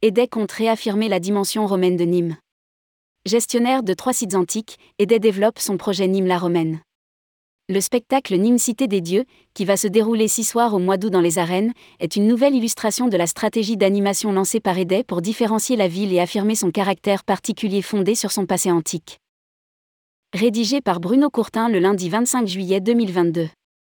EDEH compte réaffirmer la dimension romaine de Nîmes. Gestionnaire de 3 sites antiques, EDEH développe son projet Nîmes la Romaine. Le spectacle Nîmes Cité des Dieux, qui va se dérouler 6 soirs au mois d'août dans les arènes, est une nouvelle illustration de la stratégie d'animation lancée par EDEH pour différencier la ville et affirmer son caractère particulier fondé sur son passé antique. Rédigé par Bruno Courtin le lundi 25 juillet 2022.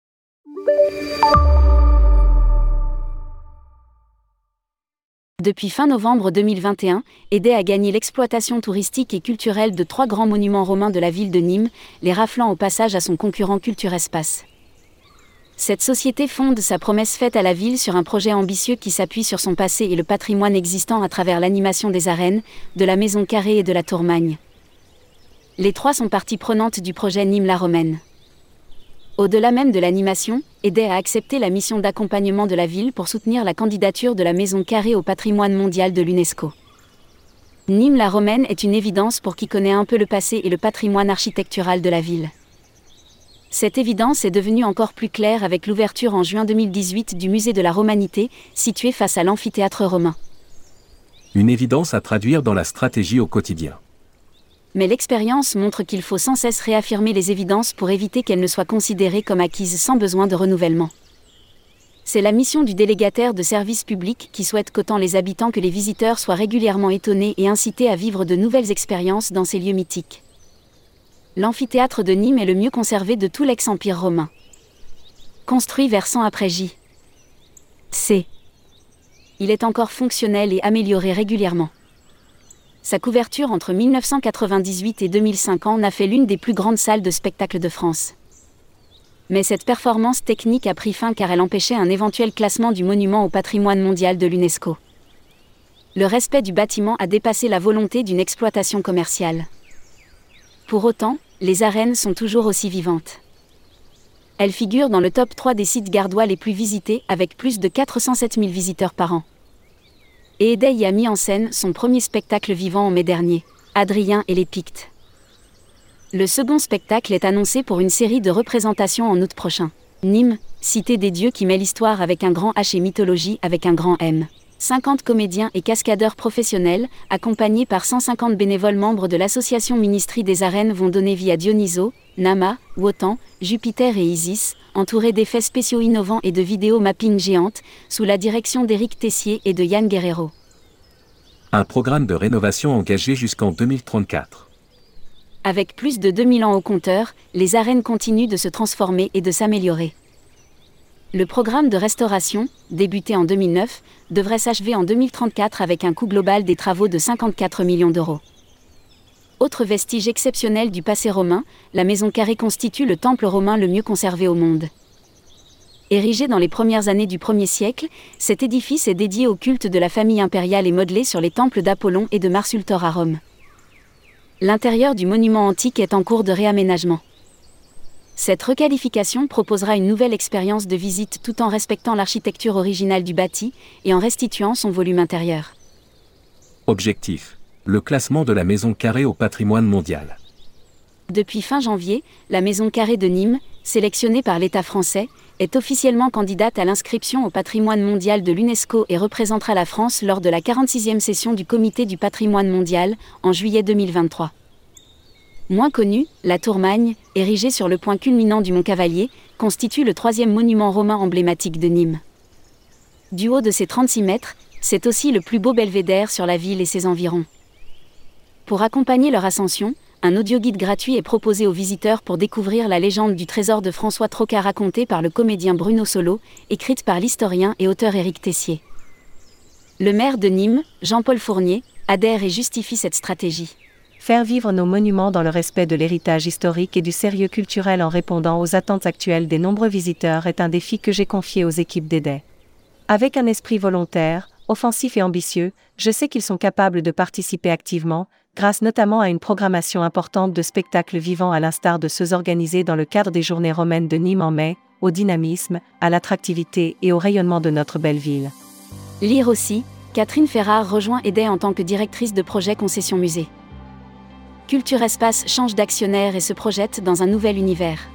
Depuis fin novembre 2021, EDEH a gagné l'exploitation touristique et culturelle de 3 grands monuments romains de la ville de Nîmes, les raflant au passage à son concurrent Culturespace. Cette société fonde sa promesse faite à la ville sur un projet ambitieux qui s'appuie sur son passé et le patrimoine existant à travers l'animation des arènes, de la Maison Carrée et de la Tourmagne. Les 3 sont partie prenante du projet Nîmes la Romaine. Au-delà même de l'animation, EDEH a accepté la mission d'accompagnement de la ville pour soutenir la candidature de la Maison Carrée au patrimoine mondial de l'UNESCO. Nîmes la Romaine est une évidence pour qui connaît un peu le passé et le patrimoine architectural de la ville. Cette évidence est devenue encore plus claire avec l'ouverture en juin 2018 du musée de la Romanité, situé face à l'amphithéâtre romain. Une évidence à traduire dans la stratégie au quotidien. Mais l'expérience montre qu'il faut sans cesse réaffirmer les évidences pour éviter qu'elles ne soient considérées comme acquises sans besoin de renouvellement. C'est la mission du délégataire de service public qui souhaite qu'autant les habitants que les visiteurs soient régulièrement étonnés et incités à vivre de nouvelles expériences dans ces lieux mythiques. L'amphithéâtre de Nîmes est le mieux conservé de tout l'ex-empire romain. Construit vers 100 après J.C. Il est encore fonctionnel et amélioré régulièrement. Sa couverture entre 1998 et 2005 en a fait l'une des plus grandes salles de spectacle de France. Mais cette performance technique a pris fin car elle empêchait un éventuel classement du monument au patrimoine mondial de l'UNESCO. Le respect du bâtiment a dépassé la volonté d'une exploitation commerciale. Pour autant, les arènes sont toujours aussi vivantes. Elles figurent dans le top 3 des sites gardois les plus visités avec plus de 407 000 visiteurs par an. Et EDEH y a mis en scène son premier spectacle vivant en mai dernier, Adrien et les Pictes. Le second spectacle est annoncé pour une série de représentations en août prochain. Nîmes, Cité des Dieux qui met l'histoire avec un grand H et mythologie avec un grand M. 50 comédiens et cascadeurs professionnels, accompagnés par 150 bénévoles membres de l'association Ministry des Arènes vont donner vie à Dionysos, Nama, Wotan, Jupiter et Isis, entourés d'effets spéciaux innovants et de vidéos mapping géantes, sous la direction d'Éric Tessier et de Yann Guerrero. Un programme de rénovation engagé jusqu'en 2034. Avec plus de 2000 ans au compteur, les arènes continuent de se transformer et de s'améliorer. Le programme de restauration, débuté en 2009, devrait s'achever en 2034 avec un coût global des travaux de 54 millions d'euros. Autre vestige exceptionnel du passé romain, la Maison Carrée constitue le temple romain le mieux conservé au monde. Érigé dans les premières années du 1er siècle, cet édifice est dédié au culte de la famille impériale et modelé sur les temples d'Apollon et de Mars Ultor à Rome. L'intérieur du monument antique est en cours de réaménagement. Cette requalification proposera une nouvelle expérience de visite tout en respectant l'architecture originale du bâti et en restituant son volume intérieur. Objectif : le classement de la Maison Carrée au patrimoine mondial. Depuis fin janvier, la Maison Carrée de Nîmes, sélectionnée par l'État français, est officiellement candidate à l'inscription au patrimoine mondial de l'UNESCO et représentera la France lors de la 46e session du Comité du patrimoine mondial, en juillet 2023. Moins connue, la Tourmagne, érigée sur le point culminant du Mont Cavalier, constitue le 3e monument romain emblématique de Nîmes. Du haut de ses 36 mètres, c'est aussi le plus beau belvédère sur la ville et ses environs. Pour accompagner leur ascension, un audioguide gratuit est proposé aux visiteurs pour découvrir la légende du trésor de François Troca racontée par le comédien Bruno Solo, écrite par l'historien et auteur Éric Tessier. Le maire de Nîmes, Jean-Paul Fournier, adhère et justifie cette stratégie. Faire vivre nos monuments dans le respect de l'héritage historique et du sérieux culturel en répondant aux attentes actuelles des nombreux visiteurs est un défi que j'ai confié aux équipes d'EDEH. Avec un esprit volontaire, offensif et ambitieux, je sais qu'ils sont capables de participer activement, grâce notamment à une programmation importante de spectacles vivants à l'instar de ceux organisés dans le cadre des Journées romaines de Nîmes en mai, au dynamisme, à l'attractivité et au rayonnement de notre belle ville. Lire aussi, Catherine Ferrard rejoint EDEH en tant que directrice de projet concession musée. Culturespace change d'actionnaire et se projette dans un nouvel univers.